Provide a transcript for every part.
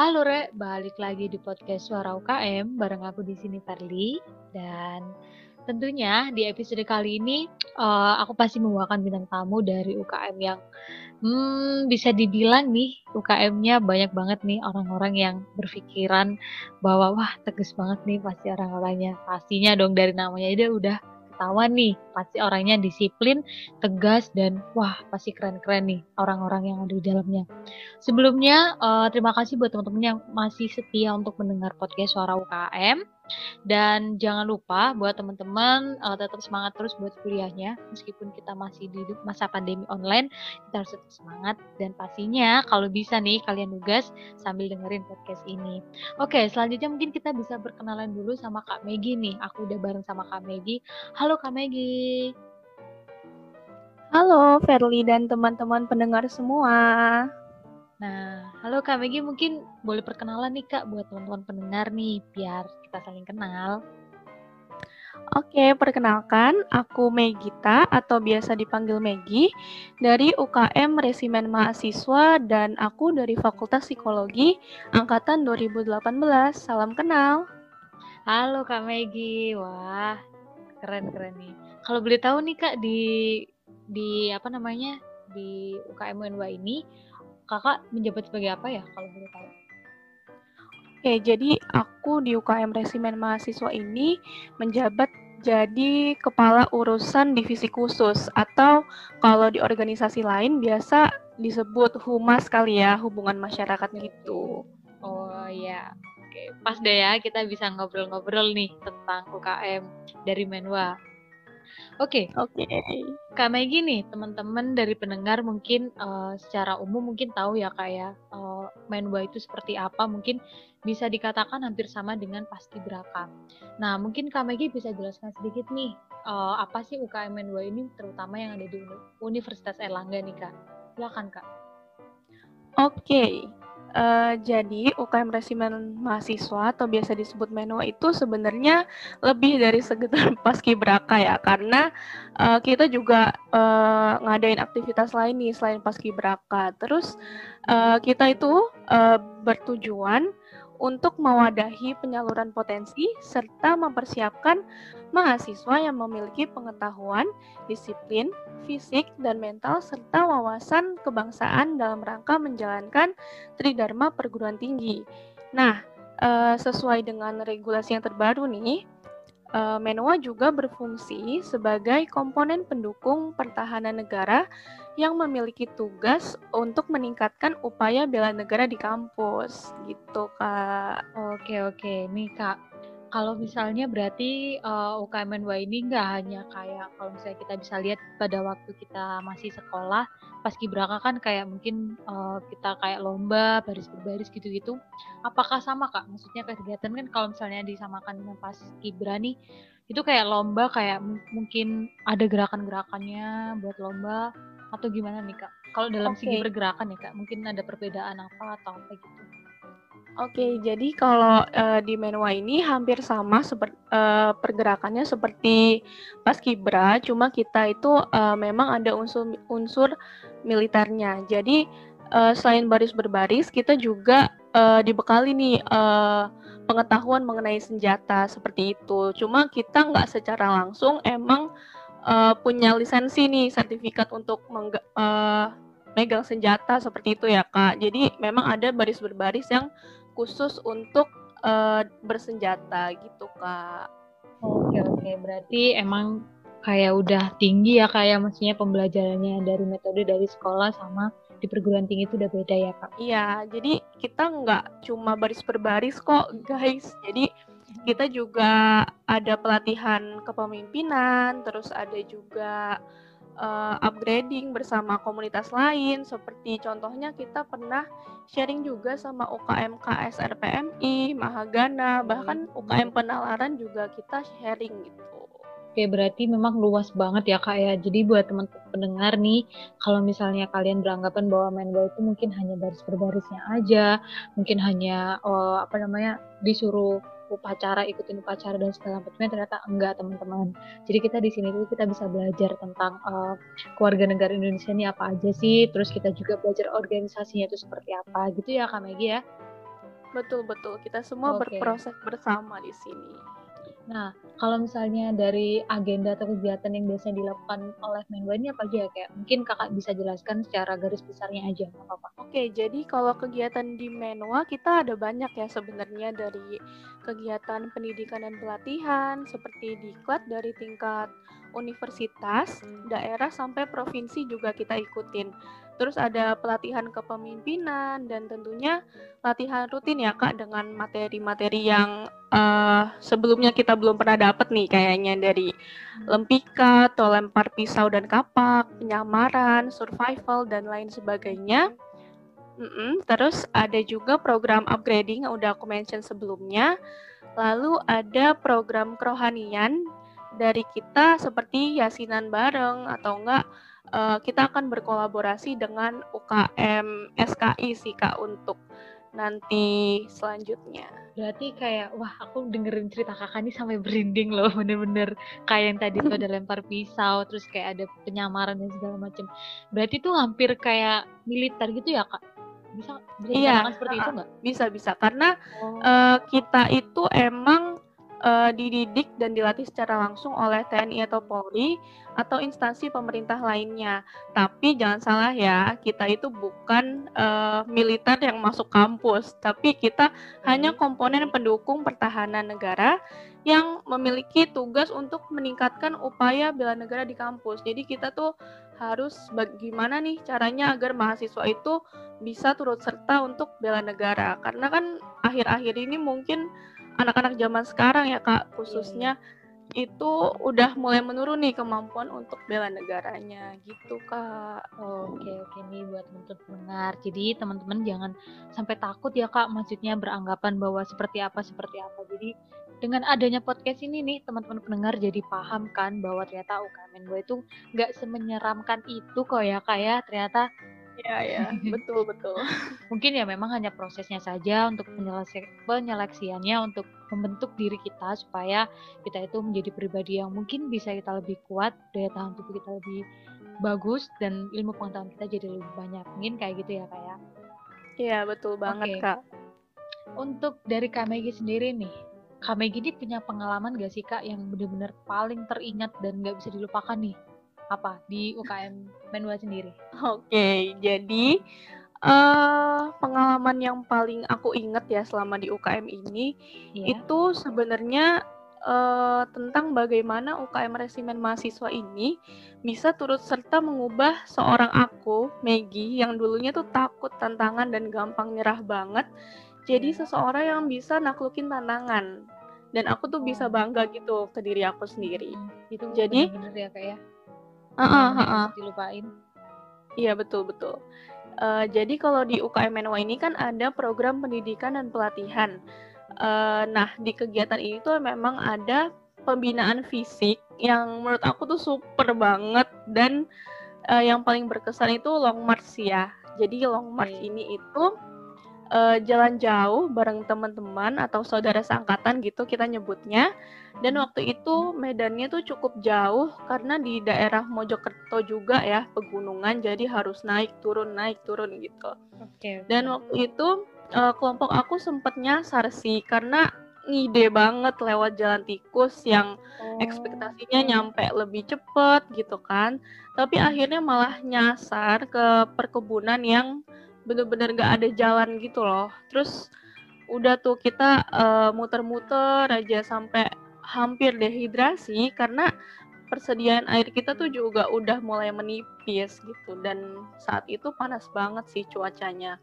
Halo Re, balik lagi di podcast Suara UKM bareng aku di sini Farli dan tentunya di episode kali ini aku pasti membawakan bintang tamu dari UKM yang bisa dibilang nih UKM-nya banyak banget nih orang-orang yang berpikiran bahwa wah tegas banget nih pasti orang-orangnya. Pastinya dong dari namanya aja udah ketahuan nih pasti orangnya disiplin, tegas dan wah pasti keren-keren nih orang-orang yang ada di dalamnya. Sebelumnya, terima kasih buat teman-teman yang masih setia untuk mendengar podcast Suara UKM. Dan jangan lupa buat teman-teman tetap semangat terus buat kuliahnya. Meskipun kita masih di masa pandemi online, kita harus tetap semangat. Dan pastinya kalau bisa nih kalian nugas sambil dengerin podcast ini. Oke, selanjutnya mungkin kita bisa berkenalan dulu sama Kak Megi nih. Aku udah bareng sama Kak Megi. Halo Kak Megi. Halo Ferly dan teman-teman pendengar semua. Nah, halo Kak Megi, mungkin boleh perkenalan nih Kak buat teman-teman pendengar nih, biar kita saling kenal. Oke, perkenalkan aku Megita atau biasa dipanggil Megi dari UKM Resimen Mahasiswa dan aku dari Fakultas Psikologi angkatan 2018. Salam kenal. Halo Kak Megi, wah keren-keren nih. Kalau boleh tahu nih Kak di apa namanya di UKM UNWA ini Kakak menjabat sebagai apa ya kalau boleh tahu? Oke, jadi aku di UKM Resimen Mahasiswa ini menjabat jadi kepala urusan divisi khusus atau kalau di organisasi lain biasa disebut humas kali ya, hubungan masyarakat gitu. Oh ya, oke. Pas deh ya kita bisa ngobrol-ngobrol nih tentang UKM dari Menwa. Oke, Oke. Kak Megi nih, teman-teman dari pendengar mungkin secara umum mungkin tahu ya Kak ya, Menwa itu seperti apa, mungkin bisa dikatakan hampir sama dengan Paskibraka. Nah, mungkin Kak Megi bisa jelaskan sedikit nih, apa sih UKM Menwa ini terutama yang ada di Universitas Erlangga nih Kak? Silakan Kak. Oke, jadi UKM Resimen Mahasiswa atau biasa disebut Menwa itu sebenarnya lebih dari sekedar paskibraka ya, karena kita juga ngadain aktivitas lain nih selain paskibraka. Terus kita itu bertujuan untuk mewadahi penyaluran potensi serta mempersiapkan mahasiswa yang memiliki pengetahuan, disiplin, fisik, dan mental, serta wawasan kebangsaan dalam rangka menjalankan Tridharma perguruan tinggi. Nah, sesuai dengan regulasi yang terbaru nih, Menwa juga berfungsi sebagai komponen pendukung pertahanan negara yang memiliki tugas untuk meningkatkan upaya bela negara di kampus, gitu Kak. Oke, nih Kak, kalau misalnya berarti UKM NY ini nggak hanya kayak kalau misalnya kita bisa lihat pada waktu kita masih sekolah, paskibraka kan kayak mungkin kita kayak lomba baris berbaris gitu-gitu. Apakah sama Kak? Maksudnya kegiatan kan kalau misalnya disamakan dengan paskibra nih, itu kayak lomba kayak mungkin ada gerakan-gerakannya buat lomba atau gimana nih Kak? Kalau dalam segi Oke. pergerakan ya Kak, mungkin ada perbedaan apa atau apa gitu? Oke, jadi kalau di Menwa ini hampir sama pergerakannya seperti Paskibra, cuma kita itu memang ada unsur militernya. Jadi selain baris berbaris, kita juga dibekali nih pengetahuan mengenai senjata seperti itu. Cuma kita nggak secara langsung emang punya lisensi nih, sertifikat untuk megang senjata seperti itu ya Kak. Jadi memang ada baris berbaris yang khusus untuk bersenjata gitu Kak. Oke, berarti emang kayak udah tinggi ya kayak maksudnya pembelajarannya dari metode dari sekolah sama di perguruan tinggi itu udah beda ya Kak. Iya, jadi kita nggak cuma baris berbaris kok guys. Jadi kita juga ada pelatihan kepemimpinan, terus ada juga upgrading bersama komunitas lain. Seperti contohnya kita pernah sharing juga sama UKM KSRPMI, Mahagana, bahkan UKM Penalaran juga kita sharing gitu. Oke, berarti memang luas banget ya Kak ya. Jadi buat teman-teman pendengar nih, kalau misalnya kalian beranggapan bahwa manual itu mungkin hanya baris berbarisnya aja, mungkin hanya apa namanya disuruh upacara, ikutin upacara dan segala macamnya, ternyata enggak teman-teman. Jadi kita di sini tuh kita bisa belajar tentang keluarga negara Indonesia ini apa aja sih, terus kita juga belajar organisasinya itu seperti apa gitu ya Kak Megi ya. Betul-betul, kita semua Oke. berproses bersama di sini. Nah, kalau misalnya dari agenda atau kegiatan yang biasanya dilakukan oleh Menwa ini apa aja ya? Kayak mungkin kakak bisa jelaskan secara garis besarnya aja, nggak apa-apa. Oke, jadi kalau kegiatan di Menwa kita ada banyak ya sebenarnya, dari kegiatan pendidikan dan pelatihan seperti diklat dari tingkat universitas, daerah sampai provinsi juga kita ikutin. Terus ada pelatihan kepemimpinan dan tentunya latihan rutin ya Kak, dengan materi-materi yang sebelumnya kita belum pernah dapat nih, kayaknya dari lempika atau lempar pisau dan kapak, penyamaran, survival dan lain sebagainya. Terus ada juga program upgrading yang udah aku mention sebelumnya. Lalu ada program kerohanian dari kita seperti yasinan bareng, atau enggak kita akan berkolaborasi dengan UKM SKI sih Kak untuk nanti selanjutnya. Berarti kayak, wah aku dengerin cerita kakak nih sampai berinding loh, bener-bener kayak yang tadi tuh ada lempar pisau, terus kayak ada penyamaran dan segala macam. Berarti tuh hampir kayak militer gitu ya kak? Bisa bisa dikatakan Iya, seperti itu nggak? bisa karena Oh, kita itu emang dididik dan dilatih secara langsung oleh TNI atau Polri atau instansi pemerintah lainnya. Tapi jangan salah ya, kita itu bukan militer yang masuk kampus, tapi kita hanya komponen pendukung pertahanan negara yang memiliki tugas untuk meningkatkan upaya bela negara di kampus. Jadi kita tuh harus bagaimana nih caranya agar mahasiswa itu bisa turut serta untuk bela negara, karena kan akhir-akhir ini mungkin anak-anak zaman sekarang ya Kak, iya. khususnya itu udah mulai menurun nih kemampuan untuk bela negaranya gitu Kak. Oke nih buat teman-teman pendengar. Jadi teman-teman jangan sampai takut ya Kak, maksudnya beranggapan bahwa seperti apa seperti apa. Jadi dengan adanya podcast ini nih teman-teman pendengar jadi paham kan bahwa ternyata UKM gue itu nggak semenyeramkan itu kok ya Kak ya. Ternyata Iya ya, betul. mungkin ya memang hanya prosesnya saja untuk penyeleksiannya untuk membentuk diri kita supaya kita itu menjadi pribadi yang mungkin bisa kita lebih kuat, daya tahan tubuh kita lebih bagus dan ilmu pengetahuan kita jadi lebih banyak. Mungkin kayak gitu ya Kak ya. Iya, betul banget Oke, Kak. untuk dari Kak Megi sendiri nih, Kak Megi ini punya pengalaman gak sih Kak yang benar-benar paling teringat dan gak bisa dilupakan nih? Apa di UKM Menwa sendiri? Oke, jadi pengalaman yang paling aku ingat ya selama di UKM ini, Iya. itu sebenarnya tentang bagaimana UKM Resimen Mahasiswa ini bisa turut serta mengubah seorang aku, Megi, yang dulunya tuh takut tantangan dan gampang nyerah banget, jadi seseorang yang bisa naklukin tantangan. Dan aku tuh bisa bangga gitu ke diri aku sendiri. Itu Jadi, bener-bener ya Kak ya, heeh, pengalaman yang gak heeh. bisa dilupain. Iya, betul. Jadi kalau di UKM Menwa ini kan ada program pendidikan dan pelatihan. Nah, di kegiatan ini tuh memang ada pembinaan fisik yang menurut aku tuh super banget, dan yang paling berkesan itu long march ya. Jadi long march ini itu jalan jauh bareng teman-teman atau saudara seangkatan gitu kita nyebutnya. Dan waktu itu medannya tuh cukup jauh karena di daerah Mojokerto juga ya, pegunungan, jadi harus naik turun gitu. Dan waktu itu kelompok aku sempet nyasar sih, karena ngide banget lewat jalan tikus yang ekspektasinya nyampe lebih cepet gitu kan. Tapi akhirnya malah nyasar ke perkebunan yang bener-bener gak ada jalan gitu loh. Terus udah tuh kita muter-muter aja sampai hampir dehidrasi karena persediaan air kita tuh juga udah mulai menipis gitu, dan saat itu panas banget sih cuacanya.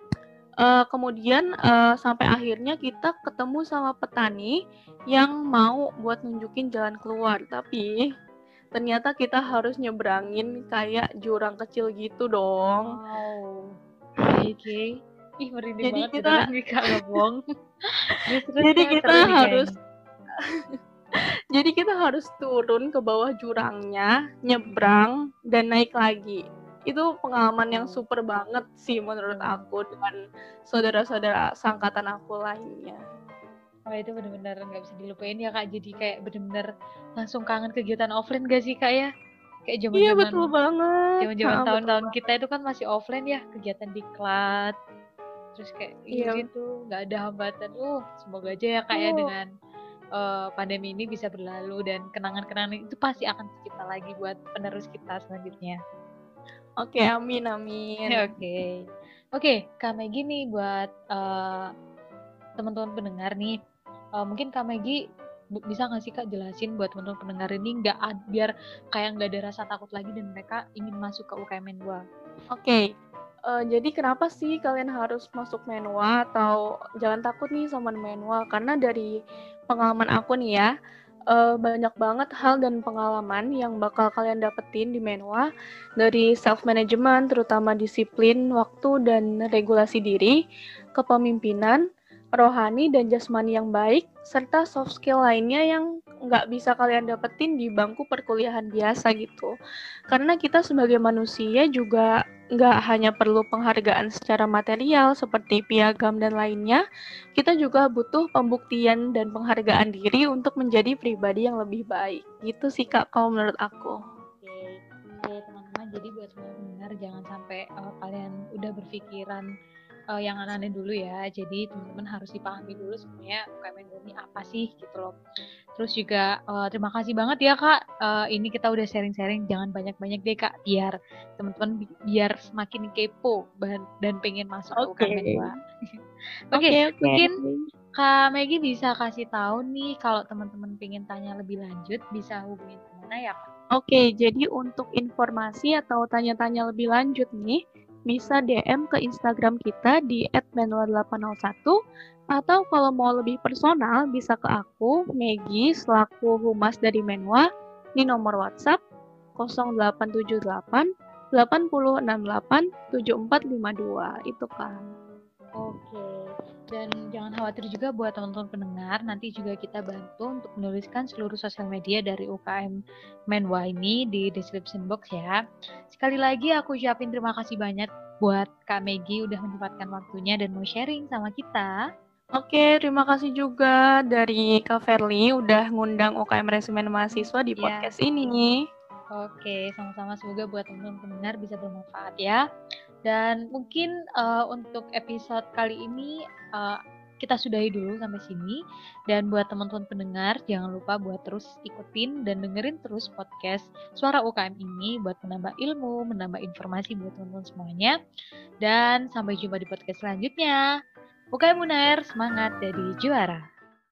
Kemudian sampai akhirnya kita ketemu sama petani yang mau buat nunjukin jalan keluar, tapi ternyata kita harus nyebrangin kayak jurang kecil gitu dong. Wow. Oke. Ih, merinding Jadi banget kita beneran nih Kak, nggak bohong. Terus jadi kayak kita seru nih harus kayaknya. jadi kita harus turun ke bawah jurangnya, nyebrang dan naik lagi. Itu pengalaman yang super banget sih menurut aku dengan saudara-saudara seangkatan aku lainnya. Wah, itu bener-bener nggak bisa dilupain ya Kak. Jadi kayak bener-bener langsung kangen kegiatan offline gak sih Kak ya? Kayak Iya, zaman-zaman betul banget. zaman-zaman Betul tahun-tahun banget. kita itu kan masih offline ya, kegiatan diklat, terus kayak Iya. gitu nggak ada hambatan. Semoga aja ya Kak ya dengan pandemi ini bisa berlalu dan kenangan-kenangan itu pasti akan tercipta lagi buat penerus kita selanjutnya. Oke, amin amin. Oke. Oke, Kak Megi nih buat teman-teman pendengar nih, mungkin Kak Megi bisa nggak sih Kak jelasin buat teman-teman pendengar ini biar kayak nggak ada rasa takut lagi dan mereka ingin masuk ke UKM Menwa. Oke. Jadi kenapa sih kalian harus masuk Menwa atau jangan takut nih sama Menwa? Karena dari pengalaman aku nih ya, banyak banget hal dan pengalaman yang bakal kalian dapetin di Menwa, dari self management, terutama disiplin, waktu dan regulasi diri, kepemimpinan, rohani dan jasmani yang baik, serta soft skill lainnya yang nggak bisa kalian dapetin di bangku perkuliahan biasa gitu. Karena kita sebagai manusia juga nggak hanya perlu penghargaan secara material seperti piagam dan lainnya, kita juga butuh pembuktian dan penghargaan diri untuk menjadi pribadi yang lebih baik. Gitu sih Kak, kalau menurut aku. Oke, teman-teman. Jadi buat semua pendengar jangan sampai kalian udah berpikiran yang aneh-aneh dulu ya. Jadi teman-teman harus dipahami dulu sebenarnya UKM ini apa sih gitu loh. Terus juga terima kasih banget ya Kak. Ini kita udah sharing-sharing, jangan banyak-banyak deh Kak, biar teman-teman biar semakin kepo dan pengen masuk ke Oke. UKM Menwa. Oke. Mungkin Kak Megi bisa kasih tahu nih kalau teman-teman pengen tanya lebih lanjut bisa hubungin kemana ya Kak? Oke, jadi untuk informasi atau tanya-tanya lebih lanjut nih, bisa DM ke Instagram kita di @menwa801 atau kalau mau lebih personal bisa ke aku, Megi, selaku humas dari Menwa di nomor WhatsApp 0878 8068 7452. Itu kan. Oke, dan jangan khawatir juga buat teman-teman pendengar, nanti juga kita bantu untuk menuliskan seluruh sosial media dari UKM Menwa ini di description box ya. Sekali lagi aku ucapin terima kasih banyak buat Kak Megi udah menyempatkan waktunya dan mau sharing sama kita. Oke, terima kasih juga dari Kak Verly udah ngundang UKM Resimen Mahasiswa di Ya. podcast ini. Oke, sama-sama, semoga buat teman-teman pendengar bisa bermanfaat ya. Dan mungkin untuk episode kali ini kita sudahi dulu sampai sini. Dan buat teman-teman pendengar, jangan lupa buat terus ikutin dan dengerin terus podcast Suara UKM ini buat menambah ilmu, menambah informasi buat teman-teman semuanya. Dan sampai jumpa di podcast selanjutnya. UKM Unair, semangat jadi juara.